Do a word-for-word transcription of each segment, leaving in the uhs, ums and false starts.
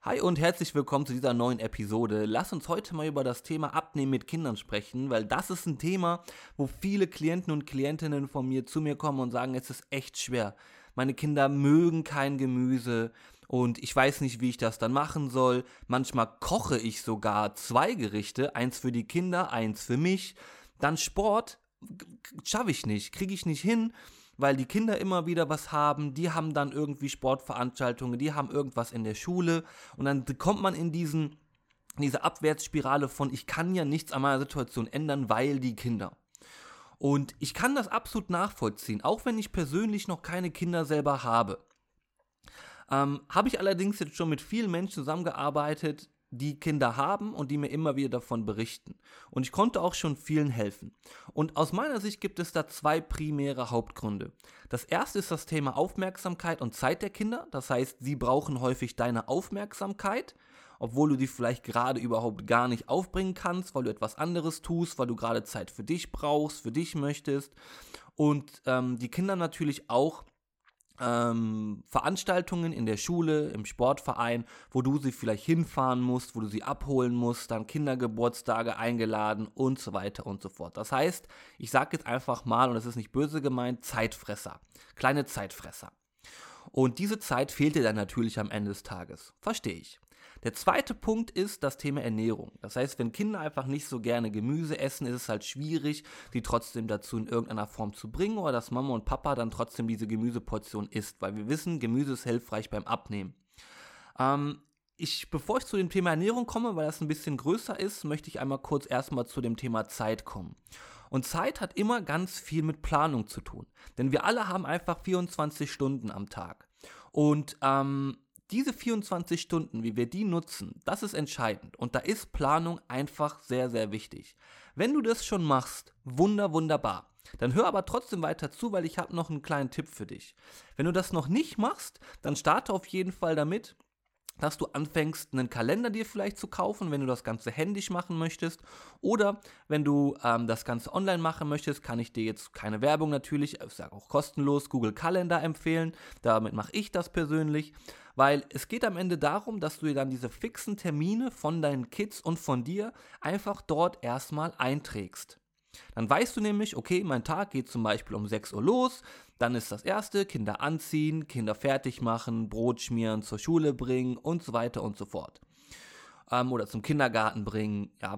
Hi und herzlich willkommen zu dieser neuen Episode. Lass uns heute mal über das Thema Abnehmen mit Kindern sprechen, weil das ist ein Thema, wo viele Klienten und Klientinnen von mir zu mir kommen und sagen, es ist echt schwer. Meine Kinder mögen kein Gemüse und ich weiß nicht, wie ich das dann machen soll. Manchmal koche ich sogar zwei Gerichte, eins für die Kinder, eins für mich. Dann Sport schaffe ich nicht, kriege ich nicht hin, weil die Kinder immer wieder was haben, die haben dann irgendwie Sportveranstaltungen, die haben irgendwas in der Schule und dann kommt man in diesen, in diese Abwärtsspirale von, ich kann ja nichts an meiner Situation ändern, weil die Kinder. Und ich kann das absolut nachvollziehen, auch wenn ich persönlich noch keine Kinder selber habe. Ähm, habe ich allerdings jetzt schon mit vielen Menschen zusammengearbeitet, die Kinder haben und die mir immer wieder davon berichten. Und ich konnte auch schon vielen helfen. Und aus meiner Sicht gibt es da zwei primäre Hauptgründe. Das erste ist das Thema Aufmerksamkeit und Zeit der Kinder. Das heißt, sie brauchen häufig deine Aufmerksamkeit, obwohl du die vielleicht gerade überhaupt gar nicht aufbringen kannst, weil du etwas anderes tust, weil du gerade Zeit für dich brauchst, für dich möchtest. Und ähm, die Kinder natürlich auch Ähm, Veranstaltungen in der Schule, im Sportverein, wo du sie vielleicht hinfahren musst, wo du sie abholen musst, dann Kindergeburtstage eingeladen und so weiter und so fort. Das heißt, ich sage jetzt einfach mal, und das ist nicht böse gemeint, Zeitfresser, kleine Zeitfresser. Und diese Zeit fehlt dir dann natürlich am Ende des Tages. Verstehe ich. Der zweite Punkt ist das Thema Ernährung. Das heißt, wenn Kinder einfach nicht so gerne Gemüse essen, ist es halt schwierig, die trotzdem dazu in irgendeiner Form zu bringen oder dass Mama und Papa dann trotzdem diese Gemüseportion isst, weil wir wissen, Gemüse ist hilfreich beim Abnehmen. Ähm, ich, bevor ich zu dem Thema Ernährung komme, weil das ein bisschen größer ist, möchte ich einmal kurz erstmal zu dem Thema Zeit kommen. Und Zeit hat immer ganz viel mit Planung zu tun. Denn wir alle haben einfach vierundzwanzig Stunden am Tag. Und ähm, diese vierundzwanzig Stunden, wie wir die nutzen, das ist entscheidend. Und da ist Planung einfach sehr, sehr wichtig. Wenn du das schon machst, wunder, wunderbar. Dann hör aber trotzdem weiter zu, weil ich habe noch einen kleinen Tipp für dich. Wenn du das noch nicht machst, dann starte auf jeden Fall damit, dass du anfängst, einen Kalender dir vielleicht zu kaufen, wenn du das Ganze händisch machen möchtest. Oder wenn du ähm, das Ganze online machen möchtest, kann ich dir jetzt keine Werbung natürlich, ich sage auch kostenlos, Google Kalender empfehlen. Damit mache ich das persönlich, weil es geht am Ende darum, dass du dir dann diese fixen Termine von deinen Kids und von dir einfach dort erstmal einträgst. Dann weißt du nämlich, okay, mein Tag geht zum Beispiel um sechs Uhr los, dann ist das erste, Kinder anziehen, Kinder fertig machen, Brot schmieren, zur Schule bringen und so weiter und so fort. Ähm, oder zum Kindergarten bringen, ja.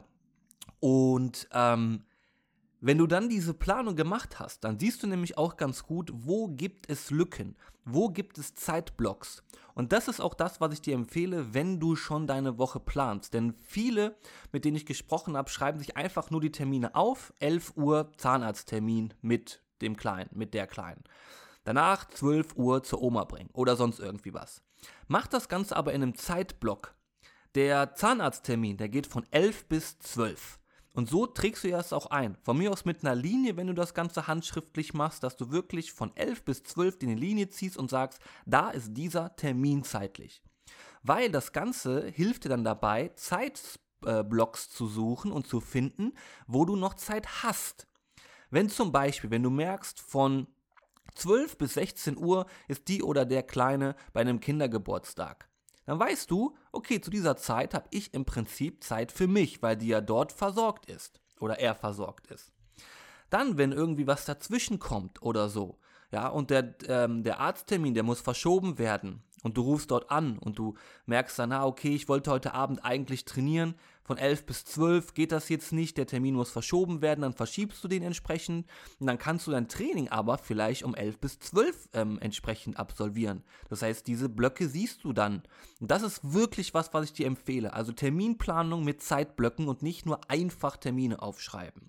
Und ähm, wenn du dann diese Planung gemacht hast, dann siehst du nämlich auch ganz gut, wo gibt es Lücken, wo gibt es Zeitblocks. Und das ist auch das, was ich dir empfehle, wenn du schon deine Woche planst. Denn viele, mit denen ich gesprochen habe, schreiben sich einfach nur die Termine auf. elf Uhr Zahnarzttermin mit dem Kleinen, mit der Kleinen. Danach zwölf Uhr zur Oma bringen oder sonst irgendwie was. Mach das Ganze aber in einem Zeitblock. Der Zahnarzttermin, der geht von elf bis zwölf. Und so trägst du das auch ein. Von mir aus mit einer Linie, wenn du das Ganze handschriftlich machst, dass du wirklich von elf bis zwölf die eine Linie ziehst und sagst, da ist dieser Termin zeitlich. Weil das Ganze hilft dir dann dabei, Zeitblocks zu suchen und zu finden, wo du noch Zeit hast. Wenn zum Beispiel, wenn du merkst, von zwölf bis sechzehn Uhr ist die oder der Kleine bei einem Kindergeburtstag, dann weißt du, okay, zu dieser Zeit habe ich im Prinzip Zeit für mich, weil die ja dort versorgt ist oder er versorgt ist. Dann, wenn irgendwie was dazwischen kommt oder so, ja, und der, ähm, der Arzttermin, der muss verschoben werden und du rufst dort an und du merkst dann, ah, okay, ich wollte heute Abend eigentlich trainieren, von elf bis zwölf geht das jetzt nicht, der Termin muss verschoben werden, dann verschiebst du den entsprechend und dann kannst du dein Training aber vielleicht um elf bis zwölf ähm, entsprechend absolvieren. Das heißt, diese Blöcke siehst du dann. Und das ist wirklich was, was ich dir empfehle. Also Terminplanung mit Zeitblöcken und nicht nur einfach Termine aufschreiben.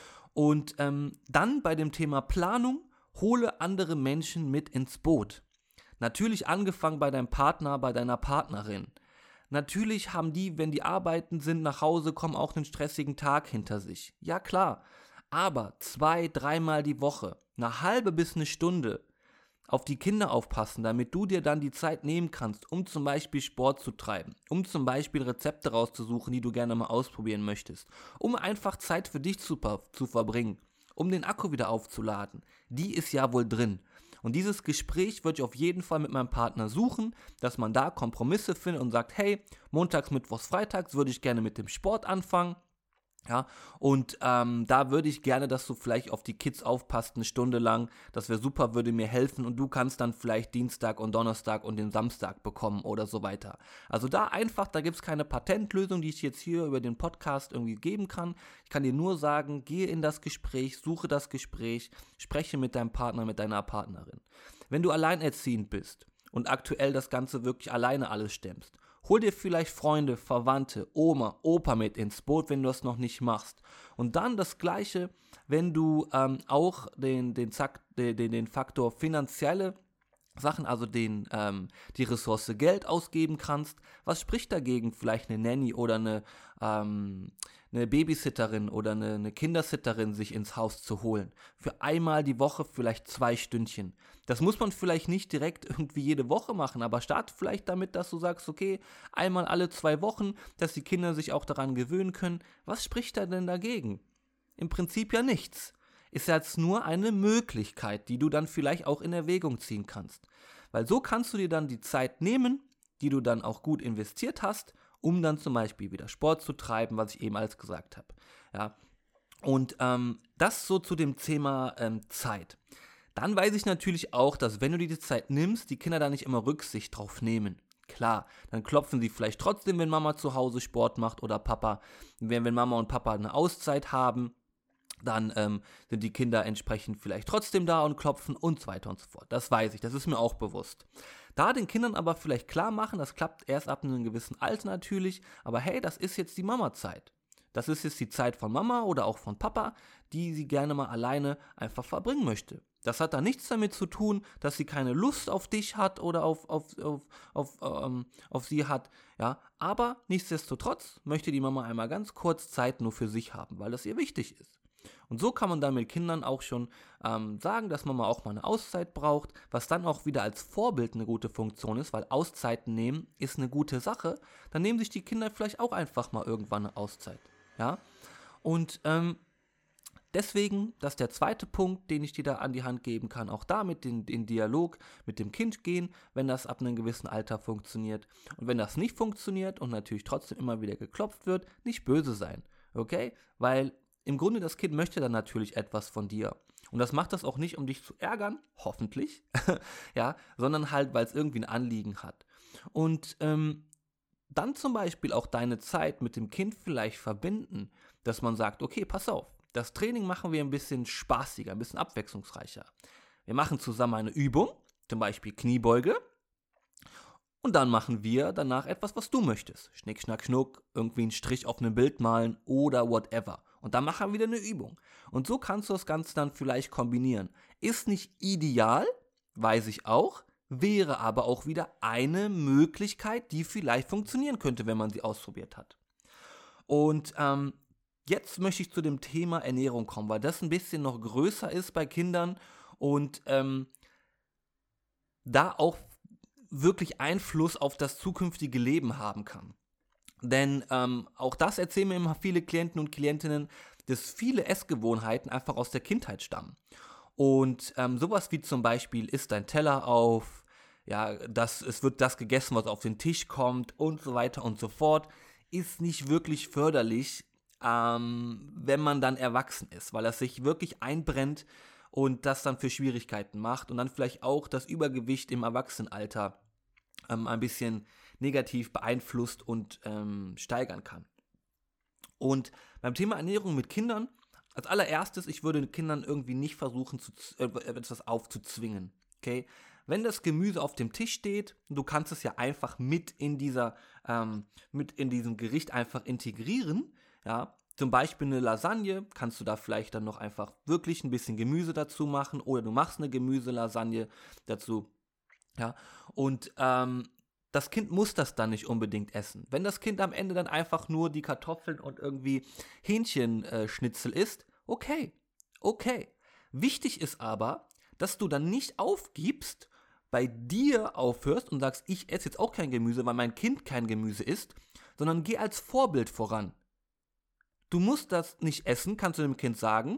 Und ähm, dann bei dem Thema Planung, hole andere Menschen mit ins Boot. Natürlich angefangen bei deinem Partner, bei deiner Partnerin. Natürlich haben die, wenn die arbeiten sind, nach Hause, kommen auch einen stressigen Tag hinter sich. Ja klar, aber zwei, dreimal die Woche, eine halbe bis eine Stunde auf die Kinder aufpassen, damit du dir dann die Zeit nehmen kannst, um zum Beispiel Sport zu treiben, um zum Beispiel Rezepte rauszusuchen, die du gerne mal ausprobieren möchtest, um einfach Zeit für dich zu, zu verbringen, um den Akku wieder aufzuladen. Die ist ja wohl drin. Und dieses Gespräch würde ich auf jeden Fall mit meinem Partner suchen, dass man da Kompromisse findet und sagt, hey, montags, mittwochs, freitags würde ich gerne mit dem Sport anfangen. Ja, und ähm, da würde ich gerne, dass du vielleicht auf die Kids aufpasst, eine Stunde lang. Das wäre super, würde mir helfen und du kannst dann vielleicht Dienstag und Donnerstag und den Samstag bekommen oder so weiter. Also da einfach, da gibt es keine Patentlösung, die ich jetzt hier über den Podcast irgendwie geben kann. Ich kann dir nur sagen, gehe in das Gespräch, suche das Gespräch, spreche mit deinem Partner, mit deiner Partnerin. Wenn du alleinerziehend bist und aktuell das Ganze wirklich alleine alles stemmst, hol dir vielleicht Freunde, Verwandte, Oma, Opa mit ins Boot, wenn du das noch nicht machst. Und dann das Gleiche, wenn du ähm, auch den, den, Zack, den, den Faktor finanzielle Sachen, also den, ähm, die Ressource Geld ausgeben kannst. Was spricht dagegen, vielleicht eine Nanny oder eine, ähm, eine Babysitterin oder eine, eine Kindersitterin sich ins Haus zu holen? Für einmal die Woche vielleicht zwei Stündchen. Das muss man vielleicht nicht direkt irgendwie jede Woche machen, aber starte vielleicht damit, dass du sagst, okay, einmal alle zwei Wochen, dass die Kinder sich auch daran gewöhnen können. Was spricht da denn dagegen? Im Prinzip ja nichts. Ist jetzt nur eine Möglichkeit, die du dann vielleicht auch in Erwägung ziehen kannst. Weil so kannst du dir dann die Zeit nehmen, die du dann auch gut investiert hast, um dann zum Beispiel wieder Sport zu treiben, was ich eben alles gesagt habe. Ja. Und ähm, das so zu dem Thema ähm, Zeit. Dann weiß ich natürlich auch, dass wenn du dir die Zeit nimmst, die Kinder da nicht immer Rücksicht drauf nehmen. Klar, dann klopfen sie vielleicht trotzdem, wenn Mama zu Hause Sport macht oder Papa. Wenn, wenn Mama und Papa eine Auszeit haben, dann ähm, sind die Kinder entsprechend vielleicht trotzdem da und klopfen und so weiter und so fort. Das weiß ich, das ist mir auch bewusst. Da den Kindern aber vielleicht klar machen, das klappt erst ab einem gewissen Alter natürlich, aber hey, das ist jetzt die Mama-Zeit. Das ist jetzt die Zeit von Mama oder auch von Papa, die sie gerne mal alleine einfach verbringen möchte. Das hat da nichts damit zu tun, dass sie keine Lust auf dich hat oder auf, auf, auf, auf, ähm, auf sie hat. Ja, aber nichtsdestotrotz möchte die Mama einmal ganz kurz Zeit nur für sich haben, weil das ihr wichtig ist. Und so kann man dann mit Kindern auch schon ähm, sagen, dass Mama auch mal eine Auszeit braucht, was dann auch wieder als Vorbild eine gute Funktion ist, weil Auszeiten nehmen ist eine gute Sache. Dann nehmen sich die Kinder vielleicht auch einfach mal irgendwann eine Auszeit. Ja? Und ähm, deswegen, das ist der zweite Punkt, den ich dir da an die Hand geben kann, auch da mit den, den Dialog mit dem Kind gehen, wenn das ab einem gewissen Alter funktioniert. Und wenn das nicht funktioniert und natürlich trotzdem immer wieder geklopft wird, nicht böse sein, okay? Weil im Grunde das Kind möchte dann natürlich etwas von dir. Und das macht das auch nicht, um dich zu ärgern, hoffentlich, ja, sondern halt, weil es irgendwie ein Anliegen hat. Und ähm, dann zum Beispiel auch deine Zeit mit dem Kind vielleicht verbinden, dass man sagt, okay, pass auf, das Training machen wir ein bisschen spaßiger, ein bisschen abwechslungsreicher. Wir machen zusammen eine Übung, zum Beispiel Kniebeuge, und dann machen wir danach etwas, was du möchtest. Schnick, schnack, schnuck, irgendwie einen Strich auf einem Bild malen oder whatever. Und dann machen wir wieder eine Übung. Und so kannst du das Ganze dann vielleicht kombinieren. Ist nicht ideal, weiß ich auch, wäre aber auch wieder eine Möglichkeit, die vielleicht funktionieren könnte, wenn man sie ausprobiert hat. Und ähm, jetzt möchte ich zu dem Thema Ernährung kommen, weil das ein bisschen noch größer ist bei Kindern und ähm, da auch wirklich Einfluss auf das zukünftige Leben haben kann. Denn ähm, auch das erzählen mir immer viele Klienten und Klientinnen, dass viele Essgewohnheiten einfach aus der Kindheit stammen. Und ähm, sowas wie zum Beispiel, isst dein Teller auf, ja, das, es wird das gegessen, was auf den Tisch kommt und so weiter und so fort, ist nicht wirklich förderlich, ähm, wenn man dann erwachsen ist, weil das sich wirklich einbrennt und das dann für Schwierigkeiten macht und dann vielleicht auch das Übergewicht im Erwachsenenalter ähm, ein bisschen negativ beeinflusst und ähm, steigern kann. Und beim Thema Ernährung mit Kindern, als allererstes, ich würde Kindern irgendwie nicht versuchen, zu, äh, etwas aufzuzwingen. Okay? Wenn das Gemüse auf dem Tisch steht, du kannst es ja einfach mit in dieser, ähm, mit in diesem Gericht einfach integrieren, ja, zum Beispiel eine Lasagne, kannst du da vielleicht dann noch einfach wirklich ein bisschen Gemüse dazu machen oder du machst eine Gemüselasagne dazu, ja, und ähm, das Kind muss das dann nicht unbedingt essen. Wenn das Kind am Ende dann einfach nur die Kartoffeln und irgendwie Hähnchenschnitzel isst, okay, okay. Wichtig ist aber, dass du dann nicht aufgibst, bei dir aufhörst und sagst, ich esse jetzt auch kein Gemüse, weil mein Kind kein Gemüse isst, sondern geh als Vorbild voran. Du musst das nicht essen, kannst du dem Kind sagen.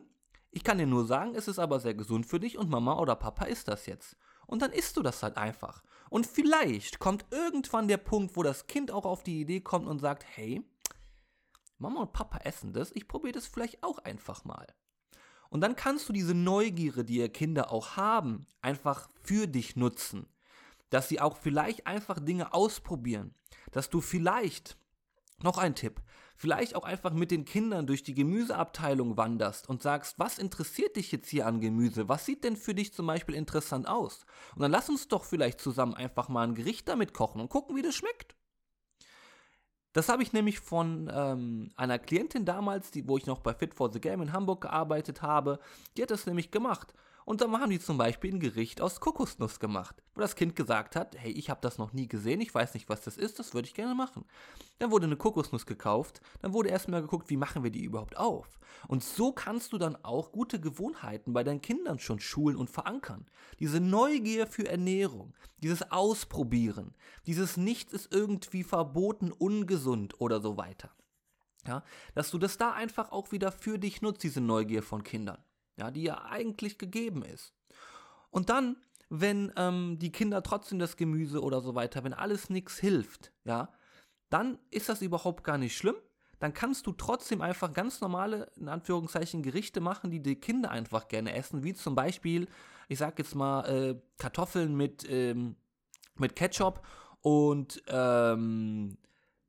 Ich kann dir nur sagen, es ist aber sehr gesund für dich und Mama oder Papa isst das jetzt. Und dann isst du das halt einfach. Und vielleicht kommt irgendwann der Punkt, wo das Kind auch auf die Idee kommt und sagt, hey, Mama und Papa essen das, ich probiere das vielleicht auch einfach mal. Und dann kannst du diese Neugierde, die ihr Kinder auch haben, einfach für dich nutzen. Dass sie auch vielleicht einfach Dinge ausprobieren. Dass du vielleicht, noch ein Tipp, vielleicht auch einfach mit den Kindern durch die Gemüseabteilung wanderst und sagst, was interessiert dich jetzt hier an Gemüse? Was sieht denn für dich zum Beispiel interessant aus? Und dann lass uns doch vielleicht zusammen einfach mal ein Gericht damit kochen und gucken, wie das schmeckt. Das habe ich nämlich von ähm, einer Klientin damals, die, wo ich noch bei Fit for the Game in Hamburg gearbeitet habe, die hat das nämlich gemacht. Und dann haben die zum Beispiel ein Gericht aus Kokosnuss gemacht, wo das Kind gesagt hat, hey, ich habe das noch nie gesehen, ich weiß nicht, was das ist, das würde ich gerne machen. Dann wurde eine Kokosnuss gekauft, dann wurde erstmal geguckt, wie machen wir die überhaupt auf. Und so kannst du dann auch gute Gewohnheiten bei deinen Kindern schon schulen und verankern. Diese Neugier für Ernährung, dieses Ausprobieren, dieses Nichts ist irgendwie verboten, ungesund oder so weiter. Ja, dass du das da einfach auch wieder für dich nutzt, diese Neugier von Kindern. Ja, die ja eigentlich gegeben ist. Und dann, wenn ähm, die Kinder trotzdem das Gemüse oder so weiter, wenn alles nichts hilft, ja, dann ist das überhaupt gar nicht schlimm. Dann kannst du trotzdem einfach ganz normale, in Anführungszeichen, Gerichte machen, die die Kinder einfach gerne essen, wie zum Beispiel, ich sag jetzt mal, äh, Kartoffeln mit, ähm, mit Ketchup und ähm,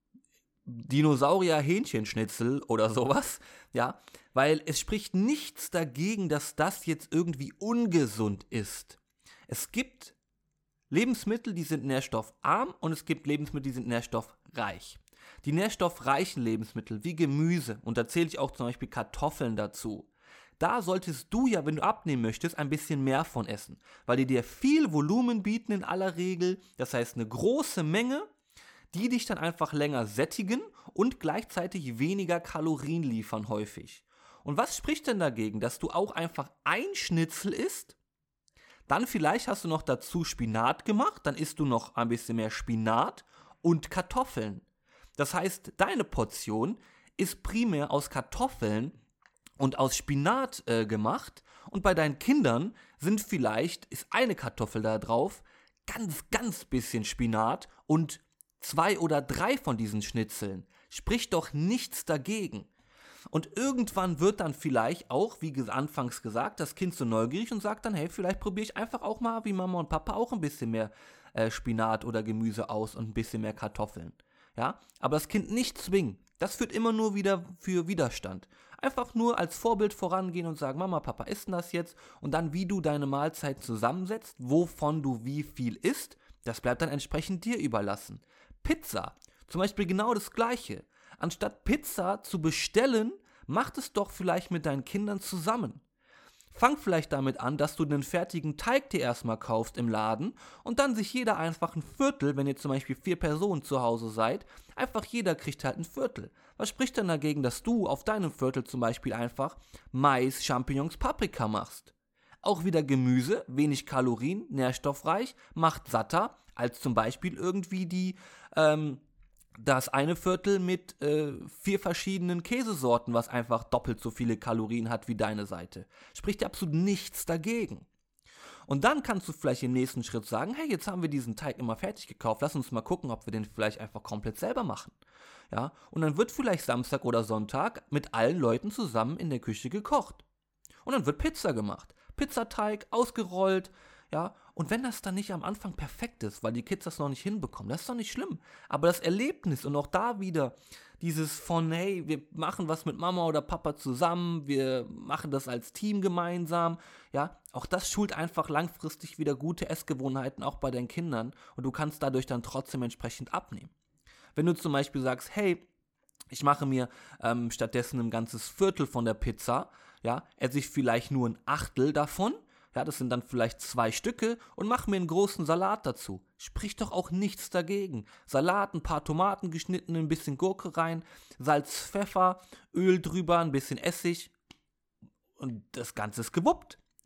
Dinosaurier-Hähnchenschnitzel oder sowas, ja, weil es spricht nichts dagegen, dass das jetzt irgendwie ungesund ist. Es gibt Lebensmittel, die sind nährstoffarm und es gibt Lebensmittel, die sind nährstoffreich. Die nährstoffreichen Lebensmittel wie Gemüse, und da zähle ich auch zum Beispiel Kartoffeln dazu, da solltest du ja, wenn du abnehmen möchtest, ein bisschen mehr von essen, weil die dir viel Volumen bieten in aller Regel, das heißt eine große Menge, die dich dann einfach länger sättigen und gleichzeitig weniger Kalorien liefern häufig. Und was spricht denn dagegen, dass du auch einfach ein Schnitzel isst? Dann vielleicht hast du noch dazu Spinat gemacht, dann isst du noch ein bisschen mehr Spinat und Kartoffeln. Das heißt, deine Portion ist primär aus Kartoffeln und aus Spinat äh, gemacht und bei deinen Kindern sind vielleicht, ist eine Kartoffel da drauf, ganz, ganz bisschen Spinat und zwei oder drei von diesen Schnitzeln. Spricht doch nichts dagegen. Und irgendwann wird dann vielleicht auch, wie anfangs gesagt, das Kind so neugierig und sagt dann, hey, vielleicht probiere ich einfach auch mal, wie Mama und Papa, auch ein bisschen mehr äh, Spinat oder Gemüse aus und ein bisschen mehr Kartoffeln. Ja, aber das Kind nicht zwingen. Das führt immer nur wieder für Widerstand. Einfach nur als Vorbild vorangehen und sagen, Mama, Papa, isst das jetzt? Und dann, wie du deine Mahlzeit zusammensetzt, wovon du wie viel isst, das bleibt dann entsprechend dir überlassen. Pizza, zum Beispiel genau das Gleiche. Anstatt Pizza zu bestellen, mach es doch vielleicht mit deinen Kindern zusammen. Fang vielleicht damit an, dass du den fertigen Teig dir erstmal kaufst im Laden und dann sich jeder einfach ein Viertel, wenn ihr zum Beispiel vier Personen zu Hause seid, einfach jeder kriegt halt ein Viertel. Was spricht denn dagegen, dass du auf deinem Viertel zum Beispiel einfach Mais, Champignons, Paprika machst? Auch wieder Gemüse, wenig Kalorien, nährstoffreich, macht satter als zum Beispiel irgendwie die, ähm, das eine Viertel mit äh, vier verschiedenen Käsesorten, was einfach doppelt so viele Kalorien hat wie deine Seite. Spricht absolut nichts dagegen. Und dann kannst du vielleicht im nächsten Schritt sagen, hey, jetzt haben wir diesen Teig immer fertig gekauft, lass uns mal gucken, ob wir den vielleicht einfach komplett selber machen. Ja? Und dann wird vielleicht Samstag oder Sonntag mit allen Leuten zusammen in der Küche gekocht. Und dann wird Pizza gemacht. Pizzateig ausgerollt, ja, und wenn das dann nicht am Anfang perfekt ist, weil die Kids das noch nicht hinbekommen, das ist doch nicht schlimm. Aber das Erlebnis und auch da wieder dieses von, hey, wir machen was mit Mama oder Papa zusammen, wir machen das als Team gemeinsam, ja, auch das schult einfach langfristig wieder gute Essgewohnheiten auch bei deinen Kindern und du kannst dadurch dann trotzdem entsprechend abnehmen. Wenn du zum Beispiel sagst, hey, ich mache mir ähm, stattdessen ein ganzes Viertel von der Pizza, ja, esse ich vielleicht nur ein Achtel davon, ja, das sind dann vielleicht zwei Stücke und mach mir einen großen Salat dazu. Spricht doch auch nichts dagegen. Salat, ein paar Tomaten geschnitten, ein bisschen Gurke rein, Salz, Pfeffer, Öl drüber, ein bisschen Essig und das Ganze ist gewuppt.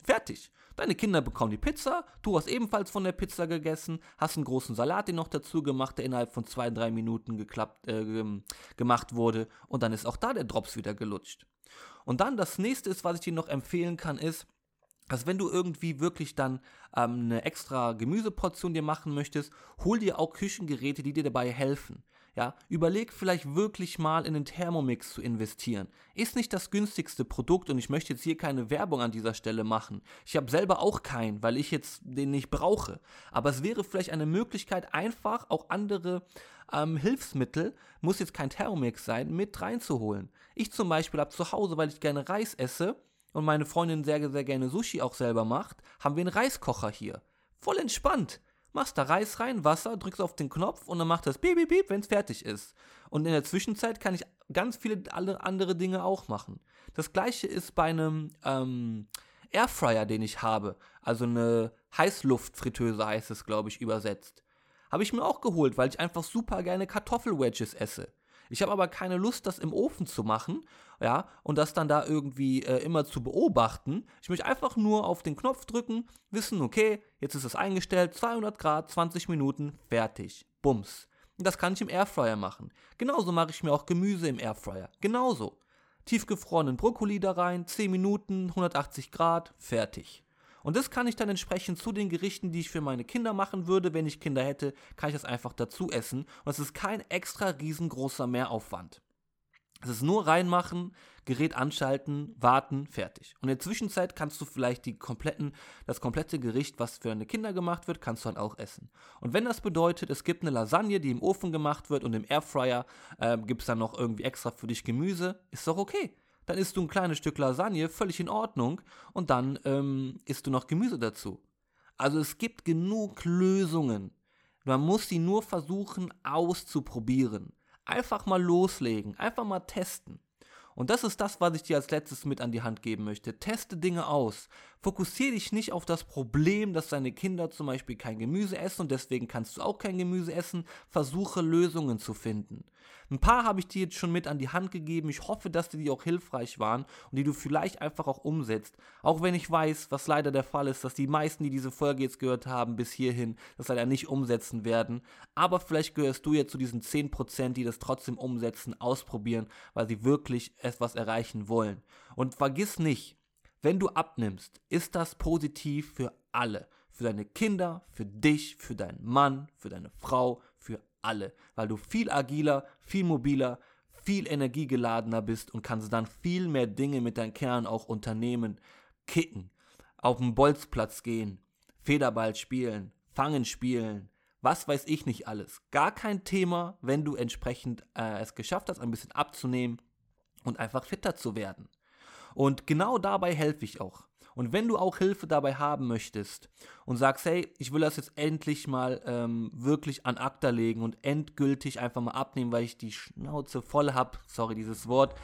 Fertig. Deine Kinder bekommen die Pizza, du hast ebenfalls von der Pizza gegessen, hast einen großen Salat den noch dazu gemacht, der innerhalb von zwei, drei Minuten geklappt, äh, gemacht wurde und dann ist auch da der Drops wieder gelutscht. Und dann das nächste ist, was ich dir noch empfehlen kann, ist, dass wenn du irgendwie wirklich dann ähm, eine extra Gemüseportion dir machen möchtest, hol dir auch Küchengeräte, die dir dabei helfen. Ja, überleg vielleicht wirklich mal in den Thermomix zu investieren. Ist nicht das günstigste Produkt und ich möchte jetzt hier keine Werbung an dieser Stelle machen. Ich habe selber auch keinen, weil ich jetzt den nicht brauche. Aber es wäre vielleicht eine Möglichkeit, einfach auch andere ähm, Hilfsmittel, muss jetzt kein Thermomix sein, mit reinzuholen. Ich zum Beispiel habe zu Hause, weil ich gerne Reis esse und meine Freundin sehr, sehr gerne Sushi auch selber macht, haben wir einen Reiskocher hier. Voll entspannt. Machst da Reis rein, Wasser, drückst auf den Knopf und dann macht das piep, piep, piep, wenn es fertig ist. Und in der Zwischenzeit kann ich ganz viele andere Dinge auch machen. Das gleiche ist bei einem ähm, Airfryer, den ich habe. Also eine Heißluftfritteuse heißt es, glaube ich, übersetzt. Habe ich mir auch geholt, weil ich einfach super gerne Kartoffelwedges esse. Ich habe aber keine Lust, das im Ofen zu machen, ja, und das dann da irgendwie äh, immer zu beobachten. Ich möchte einfach nur auf den Knopf drücken, wissen, okay, jetzt ist es eingestellt, zweihundert Grad, zwanzig Minuten, fertig, bums. Und das kann ich im Airfryer machen. Genauso mache ich mir auch Gemüse im Airfryer, genauso. Tiefgefrorenen Brokkoli da rein, zehn Minuten, hundertachtzig Grad, fertig. Und das kann ich dann entsprechend zu den Gerichten, die ich für meine Kinder machen würde, wenn ich Kinder hätte, kann ich das einfach dazu essen. Und es ist kein extra riesengroßer Mehraufwand. Es ist nur reinmachen, Gerät anschalten, warten, fertig. Und in der Zwischenzeit kannst du vielleicht die kompletten, das komplette Gericht, was für deine Kinder gemacht wird, kannst du dann auch essen. Und wenn das bedeutet, es gibt eine Lasagne, die im Ofen gemacht wird und im Airfryer äh, gibt es dann noch irgendwie extra für dich Gemüse, ist doch okay. Dann isst du ein kleines Stück Lasagne, völlig in Ordnung, und dann ähm, isst du noch Gemüse dazu. Also es gibt genug Lösungen. Man muss sie nur versuchen auszuprobieren. Einfach mal loslegen, einfach mal testen. Und das ist das, was ich dir als letztes mit an die Hand geben möchte. Teste Dinge aus. Fokussiere dich nicht auf das Problem, dass deine Kinder zum Beispiel kein Gemüse essen und deswegen kannst du auch kein Gemüse essen. Versuche Lösungen zu finden. Ein paar habe ich dir jetzt schon mit an die Hand gegeben. Ich hoffe, dass die dir auch hilfreich waren und die du vielleicht einfach auch umsetzt. Auch wenn ich weiß, was leider der Fall ist, dass die meisten, die diese Folge jetzt gehört haben, bis hierhin das leider nicht umsetzen werden. Aber vielleicht gehörst du ja zu diesen zehn Prozent, die das trotzdem umsetzen, ausprobieren, weil sie wirklich etwas erreichen wollen. Und vergiss nicht, wenn du abnimmst, ist das positiv für alle. Für deine Kinder, für dich, für deinen Mann, für deine Frau, für alle. Weil du viel agiler, viel mobiler, viel energiegeladener bist und kannst dann viel mehr Dinge mit deinen Kindern auch unternehmen. Kicken, auf den Bolzplatz gehen, Federball spielen, Fangen spielen, was weiß ich nicht alles. Gar kein Thema, wenn du entsprechend äh, es geschafft hast, ein bisschen abzunehmen und einfach fitter zu werden. Und genau dabei helfe ich auch. Und wenn du auch Hilfe dabei haben möchtest und sagst, hey, ich will das jetzt endlich mal ähm, wirklich an acta legen und endgültig einfach mal abnehmen, weil ich die Schnauze voll habe, sorry dieses Wort,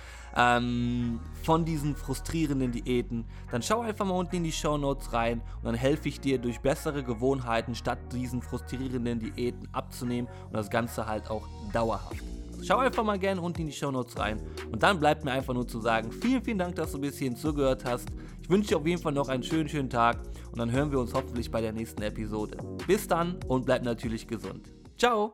ähm, von diesen frustrierenden Diäten, dann schau einfach mal unten in die Shownotes rein und dann helfe ich dir durch bessere Gewohnheiten, statt diesen frustrierenden Diäten abzunehmen und das Ganze halt auch dauerhaft. Schau einfach mal gerne unten in die Shownotes rein und dann bleibt mir einfach nur zu sagen, vielen, vielen Dank, dass du bis hierhin zugehört hast. Ich wünsche dir auf jeden Fall noch einen schönen, schönen Tag und dann hören wir uns hoffentlich bei der nächsten Episode. Bis dann und bleib natürlich gesund. Ciao!